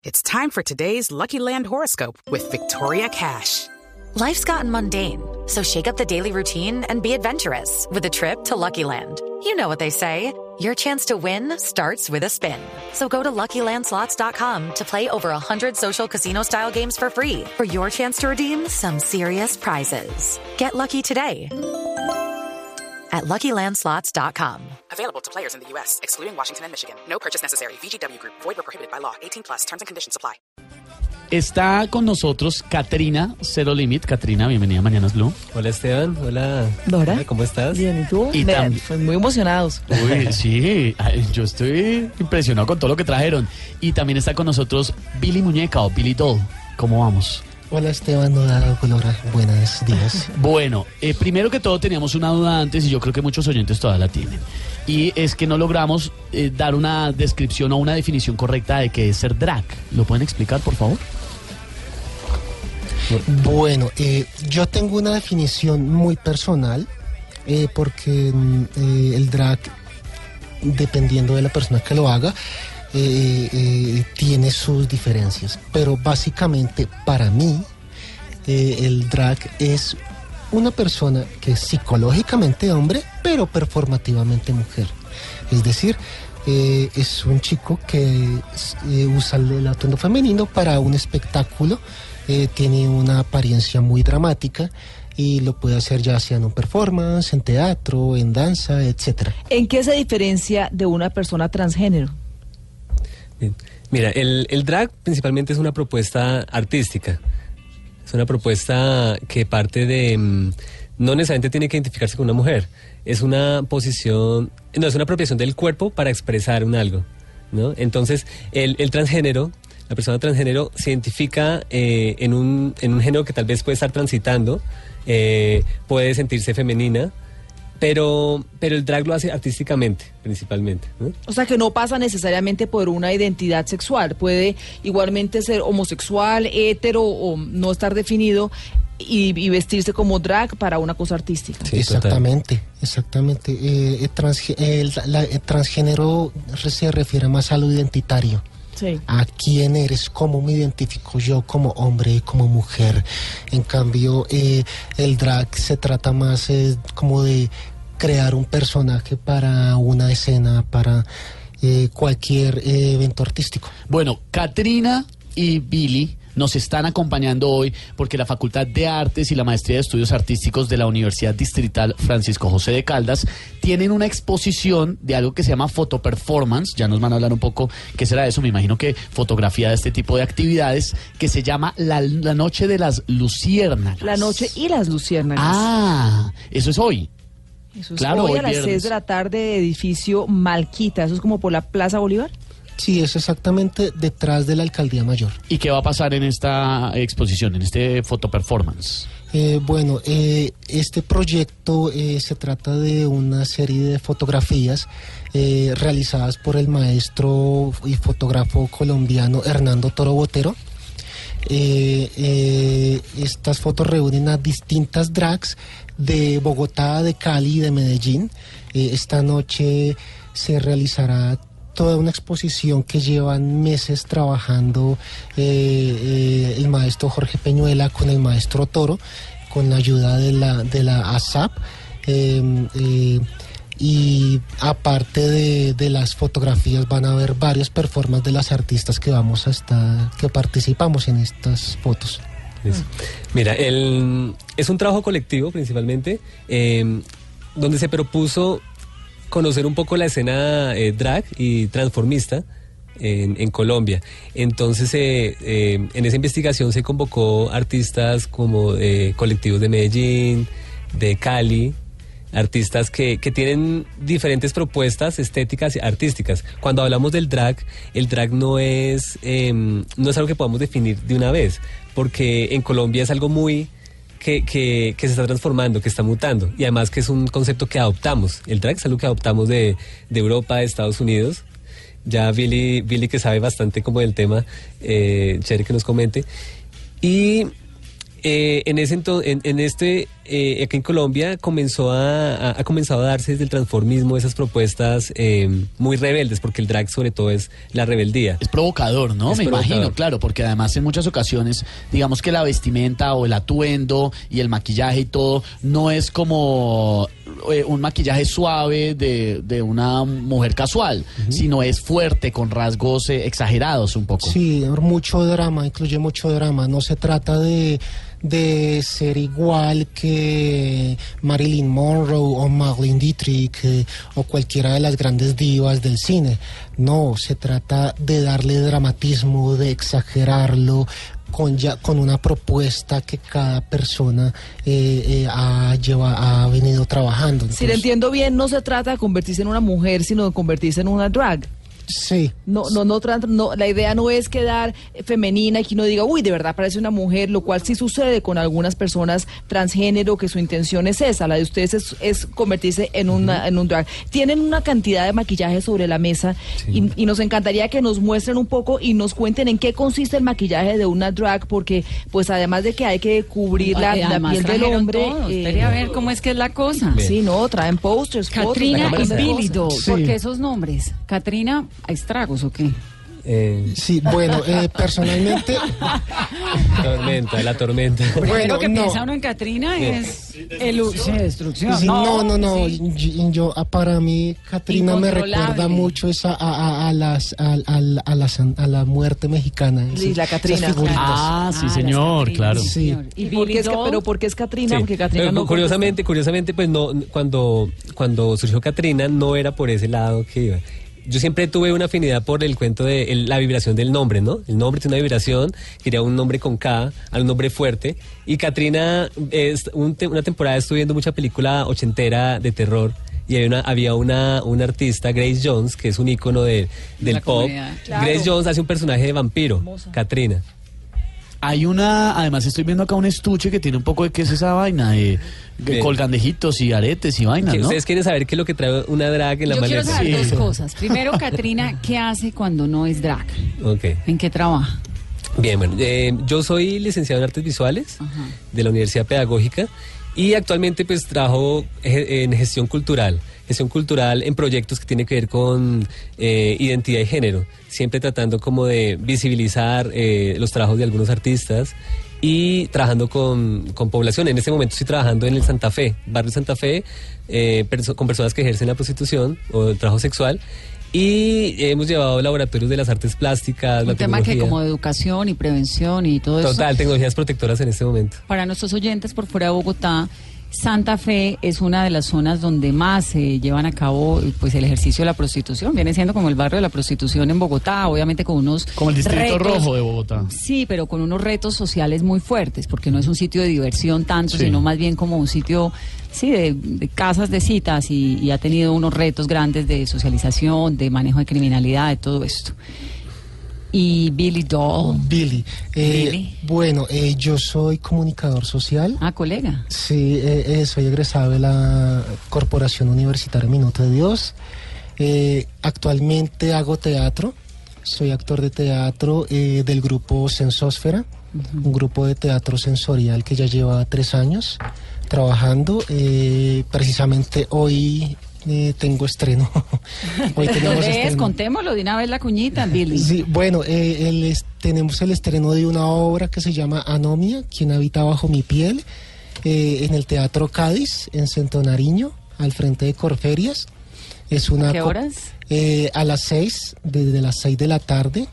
It's time for today's Lucky Land horoscope with Victoria Cash. Life's gotten mundane, so shake up the daily routine and be adventurous with a trip to Lucky Land. You know what they say, your chance to win starts with a spin. So go to LuckyLandSlots.com to play over 100 social casino-style games for free for your chance to redeem some serious prizes. Get lucky today at LuckyLandSlots.com. Available to players in the U.S., excluding Washington and Michigan. No purchase necessary. VGW Group. Void or prohibited by law. 18+. Terms and conditions apply. Está con nosotros Catrina Zero Limit. Catrina, bienvenida a Mañanas Blue. Hola Esteban, hola. Dora. Hola, ¿cómo estás? Bien, ¿y tú? Y Muy emocionados. Uy, sí, yo estoy impresionado con todo lo que trajeron. Y también está con nosotros Billy Muñeca o Billy Doll. ¿Cómo vamos? Hola Esteban, hola Colora, buenos días. Bueno, primero que todo teníamos una duda antes y yo creo que muchos oyentes todavía la tienen. Y es que no logramos dar una descripción o una definición correcta de qué es ser drag. ¿Lo pueden explicar, por favor? Bueno, yo tengo una definición muy personal porque el drag, dependiendo de la persona que lo haga, tiene sus diferencias, pero básicamente para mí el drag es una persona que es psicológicamente hombre pero performativamente mujer, es decir, es un chico que usa el atuendo femenino para un espectáculo, tiene una apariencia muy dramática y lo puede hacer ya sea en un performance, en teatro, en danza, etcétera. ¿En qué se diferencia de una persona transgénero? Bien. Mira, el drag principalmente es una propuesta artística. Es una propuesta que parte de... no necesariamente tiene que identificarse con una mujer. Es una posición... No, es una apropiación del cuerpo para expresar un algo, ¿no? Entonces, el transgénero, la persona transgénero se identifica en un género que tal vez puede estar transitando, puede sentirse femenina, pero el drag lo hace artísticamente, principalmente, ¿no? O sea, que no pasa necesariamente por una identidad sexual. Puede igualmente ser homosexual, hetero o no estar definido y vestirse como drag para una cosa artística. Sí, exactamente. El transgénero se refiere más a lo identitario. Sí. A quién eres, cómo me identifico yo como hombre, como mujer. En cambio, el drag se trata más como de crear un personaje para una escena, para cualquier evento artístico. Bueno, Catrina y Billy nos están acompañando hoy porque la Facultad de Artes y la Maestría de Estudios Artísticos de la Universidad Distrital Francisco José de Caldas tienen una exposición de algo que se llama fotoperformance. Ya nos van a hablar un poco qué será eso. Me imagino que fotografía de este tipo de actividades, que se llama La Noche de las Luciérnagas. La Noche y las Luciérnagas. Ah, eso es hoy. Eso es claro, hoy a las viernes. 6 de la tarde, edificio Malquita. Eso es como por la Plaza Bolívar. Sí, es exactamente detrás de la Alcaldía Mayor. ¿Y qué va a pasar en esta exposición, en este fotoperformance? Bueno, este proyecto se trata de una serie de fotografías realizadas por el maestro y fotógrafo colombiano Hernando Toro Botero. Estas fotos reúnen a distintas drags de Bogotá, de Cali y de Medellín. Esta noche se realizará toda una exposición que llevan meses trabajando el maestro Jorge Peñuela con el maestro Toro, con la ayuda de la ASAP, y aparte de las fotografías van a haber varias performances de las artistas que participamos en estas fotos. Mira, es un trabajo colectivo principalmente, donde se propuso conocer un poco la escena drag y transformista en Colombia. Entonces, en esa investigación se convocó artistas como colectivos de Medellín, de Cali, artistas que tienen diferentes propuestas estéticas y artísticas. Cuando hablamos del drag, el drag no es algo que podamos definir de una vez, porque en Colombia es algo muy... Que se está transformando, que está mutando, y además que es un concepto que adoptamos. El drag es algo que adoptamos de Europa, de Estados Unidos. Ya Billy que sabe bastante como del tema, chévere que nos comente. Y Aquí en Colombia ha comenzado a darse desde el transformismo esas propuestas muy rebeldes, porque el drag sobre todo es la rebeldía. Es provocador, ¿no? Me imagino, claro, porque además en muchas ocasiones, digamos que la vestimenta o el atuendo y el maquillaje y todo no es como un maquillaje suave de una mujer casual, sino es fuerte, con rasgos exagerados un poco. Sí, mucho drama, incluye mucho drama. No se trata de ser igual que Marilyn Monroe o Marlene Dietrich o cualquiera de las grandes divas del cine. No, se trata de darle dramatismo, de exagerarlo, con una propuesta que cada persona ha venido trabajando. Entonces, si le entiendo bien, no se trata de convertirse en una mujer, sino de convertirse en una drag. Sí. No, la idea no es quedar femenina y que uno diga, uy, de verdad parece una mujer, lo cual sí sucede con algunas personas transgénero, que su intención es esa. La de ustedes es convertirse en un drag. Tienen una cantidad de maquillaje sobre la mesa, sí, y nos encantaría que nos muestren un poco y nos cuenten en qué consiste el maquillaje de una drag, porque pues además de que hay que cubrir la piel del hombre, espere a ver cómo es que es la cosa. Sí, no, traen posters, Catrina y Billy Doll. Sí. ¿Por qué esos nombres? Catrina, ¿hay estragos o qué? Sí, bueno, personalmente... La tormenta. Bueno, lo que no. piensa uno en Catrina es destrucción. Sí, no. Sí. Yo, para mí, Catrina me recuerda mucho a la muerte mexicana. Sí, la Catrina. Sí, señor, claro. Sí. ¿Y ¿Por qué Billy ¿por qué es Catrina? Sí. Porque Catrina Pero, no... curiosamente, pues no, cuando surgió Catrina no era por ese lado que iba. Yo siempre tuve una afinidad por el cuento de la vibración del nombre, ¿no? El nombre tiene una vibración, quería un nombre con K, un nombre fuerte. Y Catrina, una temporada estuve viendo mucha película ochentera de terror. Y había una artista, Grace Jones, que es un ícono del pop. Claro. Grace Jones hace un personaje de vampiro, Catrina. Hay además estoy viendo acá un estuche que tiene un poco de qué es esa vaina, de colgandejitos y aretes y vainas, ¿no? ¿Ustedes quieren saber qué es lo que trae una drag en la maleta? Yo quiero saber dos cosas. Primero, Catrina, ¿qué hace cuando no es drag? Okay. ¿En qué trabaja? Bien, bueno, yo soy licenciado en Artes Visuales de la Universidad Pedagógica y actualmente pues trabajo en gestión cultural en proyectos que tienen que ver con identidad y género, siempre tratando como de visibilizar los trabajos de algunos artistas y trabajando con población. En este momento estoy trabajando en el Santa Fe, barrio Santa Fe, con personas que ejercen la prostitución o el trabajo sexual. Y hemos llevado laboratorios de las artes plásticas, un tema que como de educación y prevención y todo eso. Total, tecnologías protectoras en este momento. Para nuestros oyentes por fuera de Bogotá, Santa Fe es una de las zonas donde más se llevan a cabo pues el ejercicio de la prostitución. Viene siendo como el barrio de la prostitución en Bogotá, obviamente con unos como el distrito retos, rojo de Bogotá. Sí, pero con unos retos sociales muy fuertes, porque no es un sitio de diversión tanto, sino más bien como un sitio de casas de citas y ha tenido unos retos grandes de socialización, de manejo de criminalidad, de todo esto. Y Billy Doll. Billy. Bueno, yo soy comunicador social. Colega. Sí, soy egresado de la Corporación Universitaria Minuto de Dios. Actualmente hago teatro. Soy actor de teatro del grupo Sensósfera, un grupo de teatro sensorial que ya lleva 3 años trabajando. Precisamente hoy... tengo estreno. Hoy tenemos estreno. Contémoslo de una vez la cuñita, Billy. Sí, bueno, tenemos el estreno de una obra que se llama Anomia, quien habita bajo mi piel, en el Teatro Cádiz, en Centro Nariño, al frente de Corferias. ¿A qué horas? A las 6, desde las 6 de la tarde.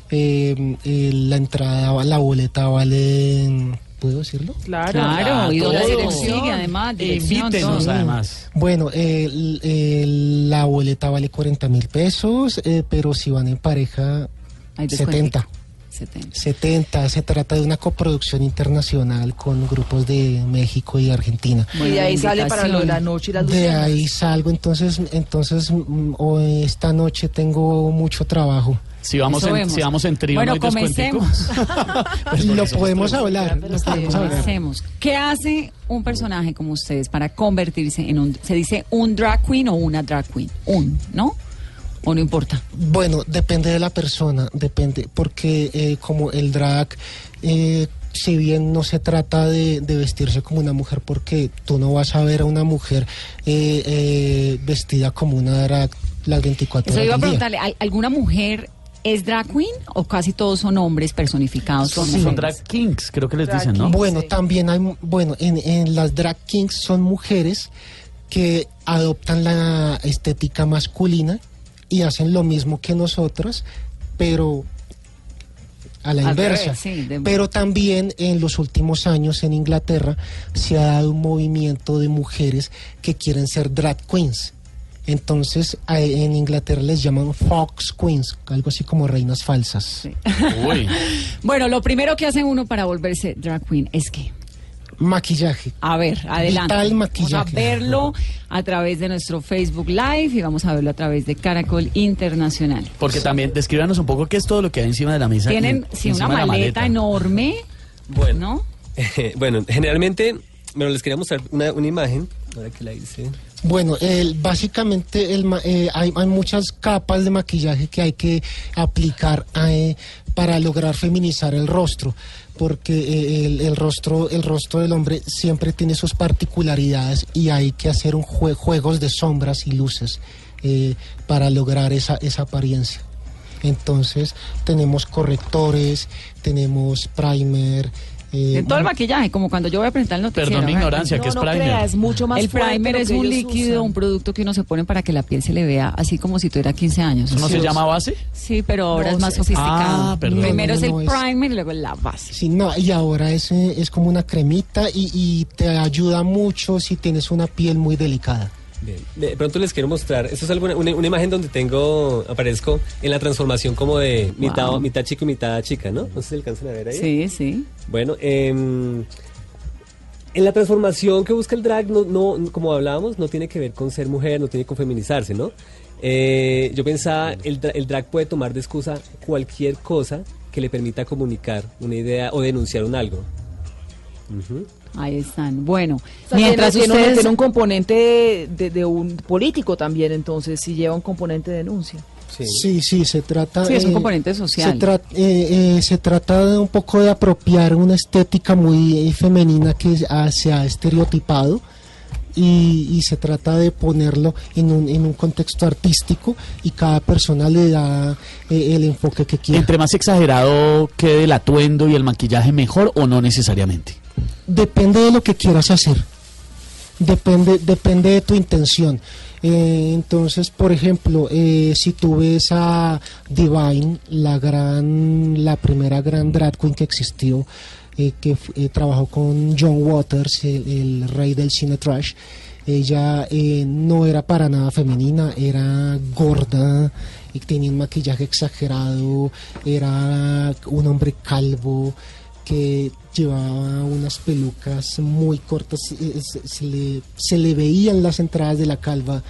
La entrada, la boleta vale... ¿Puedo decirlo? Claro. Y donde se consigue, además, invítenos, además. Bueno, la boleta vale 40,000 pesos, pero si van en pareja, 70. 70. Se trata de una coproducción internacional con grupos de México y Argentina. Y de ahí sale para lo de la noche y las luces. De ahí salgo, entonces esta noche tengo mucho trabajo. Si vamos en trío, bueno, ¿no hay comencemos. Lo podemos hablar. Comencemos. ¿Qué hace un personaje como ustedes para convertirse en se dice un drag queen o una drag queen? ¿No? ¿O no importa? Bueno, depende de la persona, depende, porque como el drag si bien no se trata de vestirse como una mujer, porque tú no vas a ver a una mujer vestida como una drag las 24 Eso horas iba a del día. preguntarle, ¿alguna mujer es drag queen o casi todos son hombres personificados? Son mujeres? drag kings, creo que les Drag dicen, ¿no? kings. Bueno, Sí. también hay, en las drag kings son mujeres que adoptan la estética masculina y hacen lo mismo que nosotros, pero a la Al inversa. revés, sí, Pero también en los últimos años en Inglaterra se ha dado un movimiento de mujeres que quieren ser drag queens. Entonces en Inglaterra les llaman fox queens, algo así como reinas falsas. Uy. Bueno, lo primero que hace uno para volverse drag queen es que... Maquillaje. A ver, adelante. Vital Vamos maquillaje. a verlo a través de nuestro Facebook Live y vamos a verlo a través de Caracol Internacional. Porque también, descríbanos un poco qué es todo lo que hay encima de la mesa. Tienen sí, una encima de la maleta enorme, Bueno, ¿no? bueno, generalmente, bueno, les quería mostrar una imagen, ahora que la hice. Bueno, básicamente hay muchas capas de maquillaje que hay que aplicar para lograr feminizar el rostro, porque el rostro del hombre siempre tiene sus particularidades y hay que hacer juegos de sombras y luces para lograr esa apariencia. Entonces tenemos correctores, tenemos primer. En todo el maquillaje, como cuando yo voy a presentar el noticiero. Perdón mi ¿verdad? ignorancia, ¿qué es No primer? crea, es mucho más El fuerte primer lo es que un ellos líquido, usan. un producto que uno se pone para que la piel se le vea así como si tuviera 15 años. ¿Eso no se Sí. llama base? Sí, pero ahora No, es más sí. sofisticado. Ah, perdón. Primero No, es el no, es- primer y luego la base. Sí, no, y ahora es como una cremita y te ayuda mucho si tienes una piel muy delicada. Bien. De pronto les quiero mostrar, esto es una imagen donde aparezco en la transformación como de Wow. mitad chico y mitad chica, ¿no? No sé si alcanzan a ver ahí. Sí, sí. Bueno, en la transformación que busca el drag, no, como hablábamos, no tiene que ver con ser mujer, no tiene con feminizarse, ¿no? Yo pensaba, el drag puede tomar de excusa cualquier cosa que le permita comunicar una idea o denunciar un algo. Ujú. Ahí están. Bueno, O sea, mientras tiene ustedes... tiene un componente de un político también, entonces, si lleva un componente de denuncia. Sí, se trata. Sí, es un componente social. Se trata de un poco de apropiar una estética muy femenina que se ha estereotipado y se trata de ponerlo en un contexto artístico y cada persona le da el enfoque que quiere. Entre más exagerado quede el atuendo y el maquillaje, mejor o no necesariamente. Depende de lo que quieras hacer. Depende de tu intención. Entonces, por ejemplo, si tú ves a Divine, la primera gran drag queen que existió, que trabajó con John Waters, el rey del cine trash, ella no era para nada femenina, era gorda y tenía un maquillaje exagerado, era un hombre calvo que llevaba unas pelucas muy cortas, se le veían las entradas de la calva,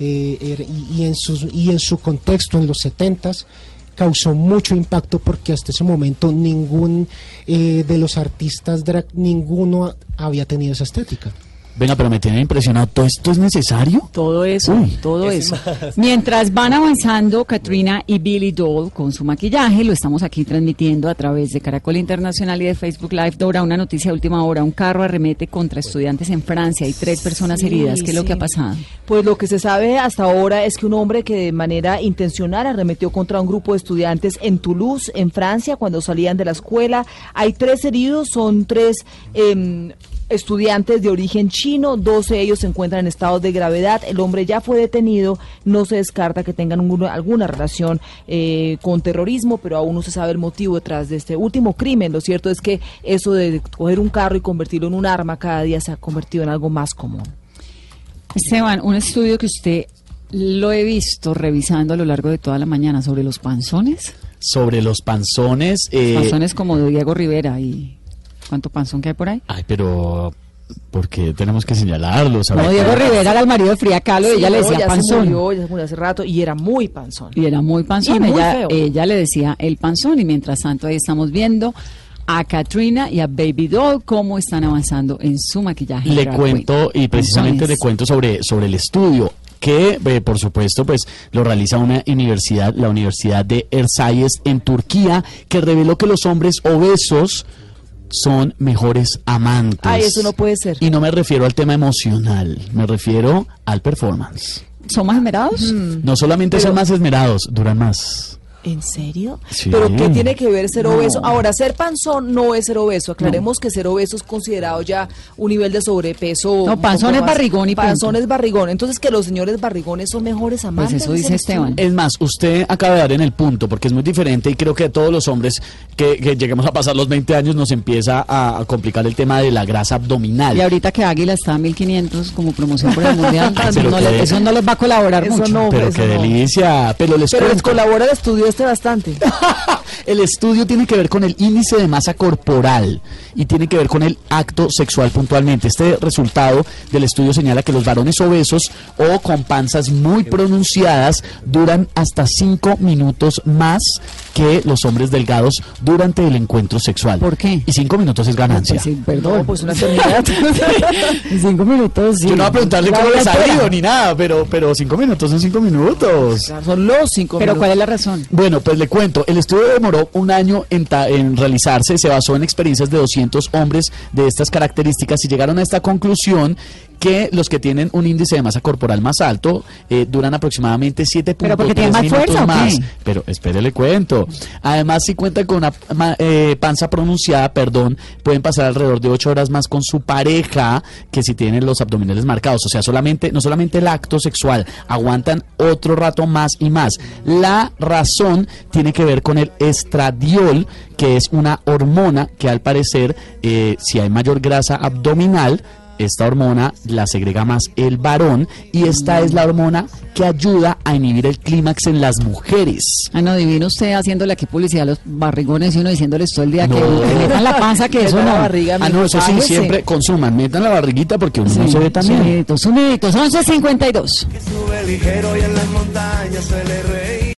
y en su contexto en los 70s causó mucho impacto porque hasta ese momento ningún de los artistas drag, ninguno había tenido esa estética. Venga, pero me tiene impresionado. ¿Todo esto es necesario? Todo eso, Uy. todo eso. Mientras van avanzando Katrina y Billy Doll con su maquillaje, lo estamos aquí transmitiendo a través de Caracol Internacional y de Facebook Live. Dora, una noticia de última hora, un carro arremete contra estudiantes en Francia, hay 3 personas Sí, heridas. ¿Qué es lo sí. que ha pasado? Pues lo que se sabe hasta ahora es que un hombre que de manera intencional arremetió contra un grupo de estudiantes en Toulouse, en Francia, cuando salían de la escuela. Hay 3 heridos, son 3 estudiantes de origen chino, 12 de ellos se encuentran en estado de gravedad. El hombre ya fue detenido, no se descarta que tengan alguna relación con terrorismo, pero aún no se sabe el motivo detrás de este último crimen. Lo cierto es que eso de coger un carro y convertirlo en un arma cada día se ha convertido en algo más común. Esteban, un estudio que usted lo he visto revisando a lo largo de toda la mañana sobre los panzones. Sobre los panzones. Panzones como de Diego Rivera y... ¿Cuánto panzón que hay por ahí? Ay, pero ¿por qué tenemos que señalarlos? No, Diego Rivera era el marido de Frida Kahlo y ella le decía ya panzón. ya se murió hace rato y era muy panzón. Y era muy panzón. Y muy ella, feo. ella le decía el panzón y mientras tanto ahí estamos viendo a Katrina y a Baby Doll cómo están avanzando en su maquillaje. Le drag cuento, queen. y precisamente Panzones. le cuento sobre el estudio que por supuesto pues lo realiza una universidad, la Universidad de Erciyes en Turquía, que reveló que los hombres obesos son mejores amantes. Ay, eso no puede ser. Y no me refiero al tema emocional, me refiero al performance. ¿Son más esmerados? No solamente son más esmerados, duran más. ¿En serio? Sí. ¿Pero qué tiene que ver ser No. obeso? Ahora, ser panzón no es ser obeso. Aclaremos que ser obeso es considerado ya un nivel de sobrepeso. No, un panzón poco es más. barrigón y punto. Panzón es barrigón. Entonces, que los señores barrigones son mejores amantes. Pues eso dice ¿dicen Esteban. ustedes? Es más, usted acaba de dar en el punto, porque es muy diferente y creo que a todos los hombres que lleguemos a pasar los 20 años nos empieza a complicar el tema de la grasa abdominal. Y ahorita que Águila está a 1.500 como promoción por el Mundial, Pero que- eso no les va a colaborar Eso mucho. no. Pero eso qué no. delicia, pero les Pero les cuento. colabora el estudio bastante. El estudio tiene que ver con el índice de masa corporal y tiene que ver con el acto sexual puntualmente. Este resultado del estudio señala que los varones obesos o con panzas muy pronunciadas duran hasta 5 minutos más que los hombres delgados durante el encuentro sexual. ¿Por qué? Y 5 minutos es ganancia. Pues sí, perdón. No, pues una eternidad. En 5 minutos, sí. Yo no voy a preguntarle La cómo vida les ha entera. ido ni nada, pero 5 minutos son 5 minutos. Son los 5 Pero minutos. ¿cuál es la razón? Bueno, pues le cuento, el estudio demoró un año en realizarse, se basó en experiencias de 200 hombres de estas características y llegaron a esta conclusión que los que tienen un índice de masa corporal más alto duran aproximadamente 7.3 ¿Pero porque tienen más minutos fuerza o qué? más. Pero espere, le cuento. Además, si cuentan con una panza pronunciada, pueden pasar alrededor de 8 horas más con su pareja que si tienen los abdominales marcados. O sea, no solamente el acto sexual, aguantan otro rato más y más. La razón tiene que ver con el estradiol, que es una hormona que al parecer, si hay mayor grasa abdominal, esta hormona la segrega más el varón y esta es la hormona que ayuda a inhibir el clímax en las mujeres. Ah, no, divino usted haciéndole aquí publicidad a los barrigones y uno diciéndoles todo el día No. que metan la panza, que eso Metan no. la barriga, Ah, no, eso sí, bájese. siempre consuman, metan la barriguita porque uno no se ve también. Soniditos, 11:52. Que sube ligero y en las montañas suele reír.